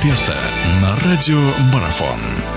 эксперта на радио Марафон.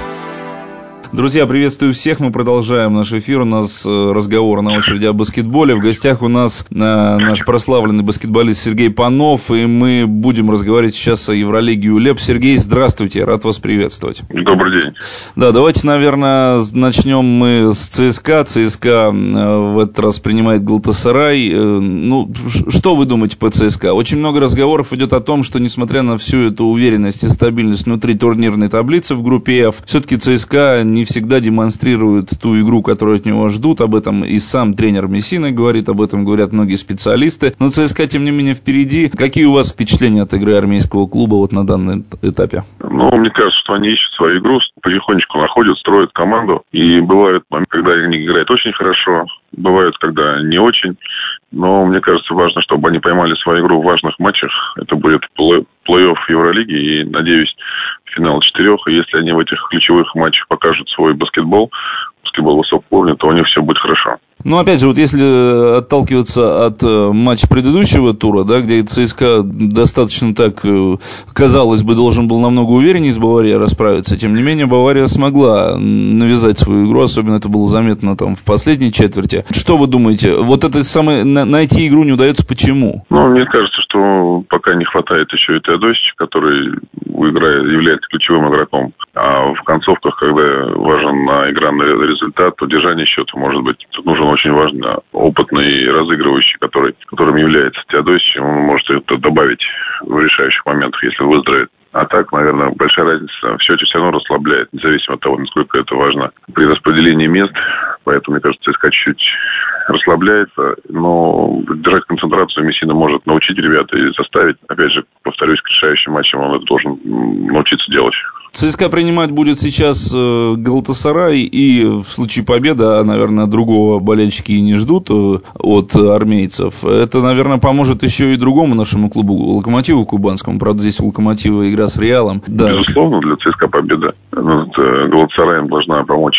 Друзья, приветствую всех. Мы продолжаем наш эфир. У нас разговор на очереди о баскетболе. В гостях у нас наш прославленный баскетболист Сергей Панов. И мы будем разговаривать сейчас о Евролиге УЛЕБ. Сергей, здравствуйте. Рад вас приветствовать. Добрый день. Да, давайте, наверное, начнем мы с ЦСКА. ЦСКА в этот раз принимает Галатасарай. Ну, что вы думаете по ЦСКА? Очень много разговоров идет о том, что, несмотря на всю эту уверенность и стабильность внутри турнирной таблицы в группе F, все-таки ЦСКА не всегда демонстрирует ту игру, которую от него ждут. Об этом и сам тренер Мессина говорит, об этом говорят многие специалисты. Но ЦСКА, тем не менее, впереди. Какие у вас впечатления от игры армейского клуба вот на данном этапе? Ну, мне кажется, что они ищут свою игру, потихонечку находят, строят команду. И бывают моменты, когда они играют очень хорошо, бывают, когда не очень. Но мне кажется, важно, чтобы они поймали свою игру в важных матчах. Это будет плей-офф Евролиги и, надеюсь, финал 4. И если они в этих ключевых матчах покажут свой баскетбол высокого уровня, то у них все будет хорошо. Ну, опять же, вот если отталкиваться от матча предыдущего тура, да, где ЦСКА достаточно так, казалось бы, должен был намного увереннее с Баварией расправиться, тем не менее, Бавария смогла навязать свою игру, особенно это было заметно там в последней четверти. Что вы думаете, вот это самое, найти игру не удается, почему? Ну, мне кажется, что пока не хватает еще и Теодосича, который является ключевым игроком. А в концовках, когда важен игра результат, удержание счета, может быть, тут нужен очень важный, опытный разыгрывающий, которым является Теодосич. Он может это добавить в решающих моментах, если выздоровеет. А так, наверное, большая разница в счете все равно расслабляет, независимо от того, насколько это важно при распределении мест. Поэтому, мне кажется, ЦСКА чуть-чуть расслабляется. Но держать концентрацию Мессина может научить ребят и заставить. Опять же, повторюсь, к решающим матчам он это должен научиться делать. ЦСКА принимать будет сейчас Галатасарай, и в случае победы, а, наверное, другого болельщики и не ждут от армейцев, это, наверное, поможет еще и другому нашему клубу, Локомотиву кубанскому. Правда, здесь у Локомотива игра с Реалом. Да. Безусловно, для ЦСКА победа. Галатасарай должна помочь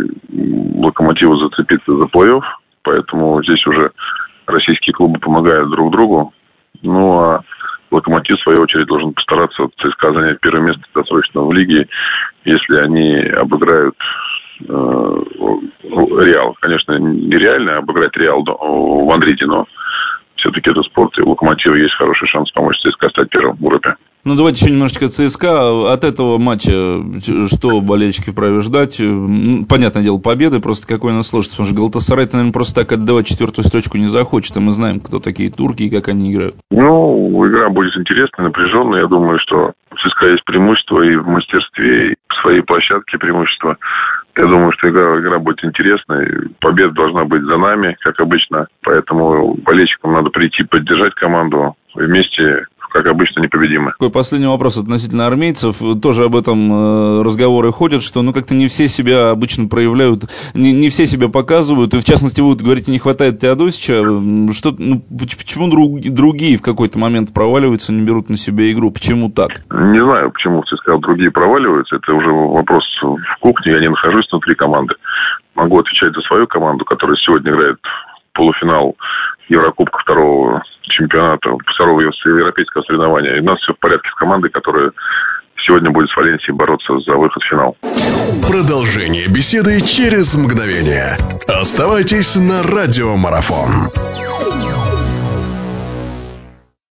и Локомотиву зацепиться за плей-офф, поэтому здесь уже российские клубы помогают друг другу. Ну, а Локомотив, в свою очередь, должен постараться ЦСКА занять первое место досрочно в лиге, если они обыграют Реал. Конечно, нереально обыграть Реал в Мадриде, но все-таки это спорт, и у Локомотива есть хороший шанс помочь ЦСКА стать первым в группе. Ну, давайте еще немножечко ЦСКА. От этого матча что болельщики вправе ждать? Понятное дело, победы, просто какой она сложится. Потому что Галатасарай, наверное, просто так отдавать четвертую строчку не захочет. И мы знаем, кто такие турки и как они играют. Ну, игра будет интересная, напряженная. Я думаю, что у ЦСКА есть преимущество и в мастерстве, и в своей площадке преимущество. Я думаю, что игра будет интересной. Победа должна быть за нами, как обычно. Поэтому болельщикам надо прийти, поддержать команду вместе, как обычно, непобедимы. Такой последний вопрос относительно армейцев. Тоже об этом разговоры ходят, что как-то не все себя обычно проявляют, не все себя показывают. И в частности, вы говорите, не хватает Теодосича. Почему другие в какой-то момент проваливаются, не берут на себя игру? Почему так? Не знаю, почему в ЦСКА другие проваливаются. Это уже вопрос в кухне. Я не нахожусь внутри команды. Могу отвечать за свою команду, которая сегодня играет в полуфинал Еврокубка второго европейского соревнования. И у нас все в порядке с командой, которая сегодня будет с Валенсией бороться за выход в финал. Продолжение беседы через мгновение. Оставайтесь на радио Марафон.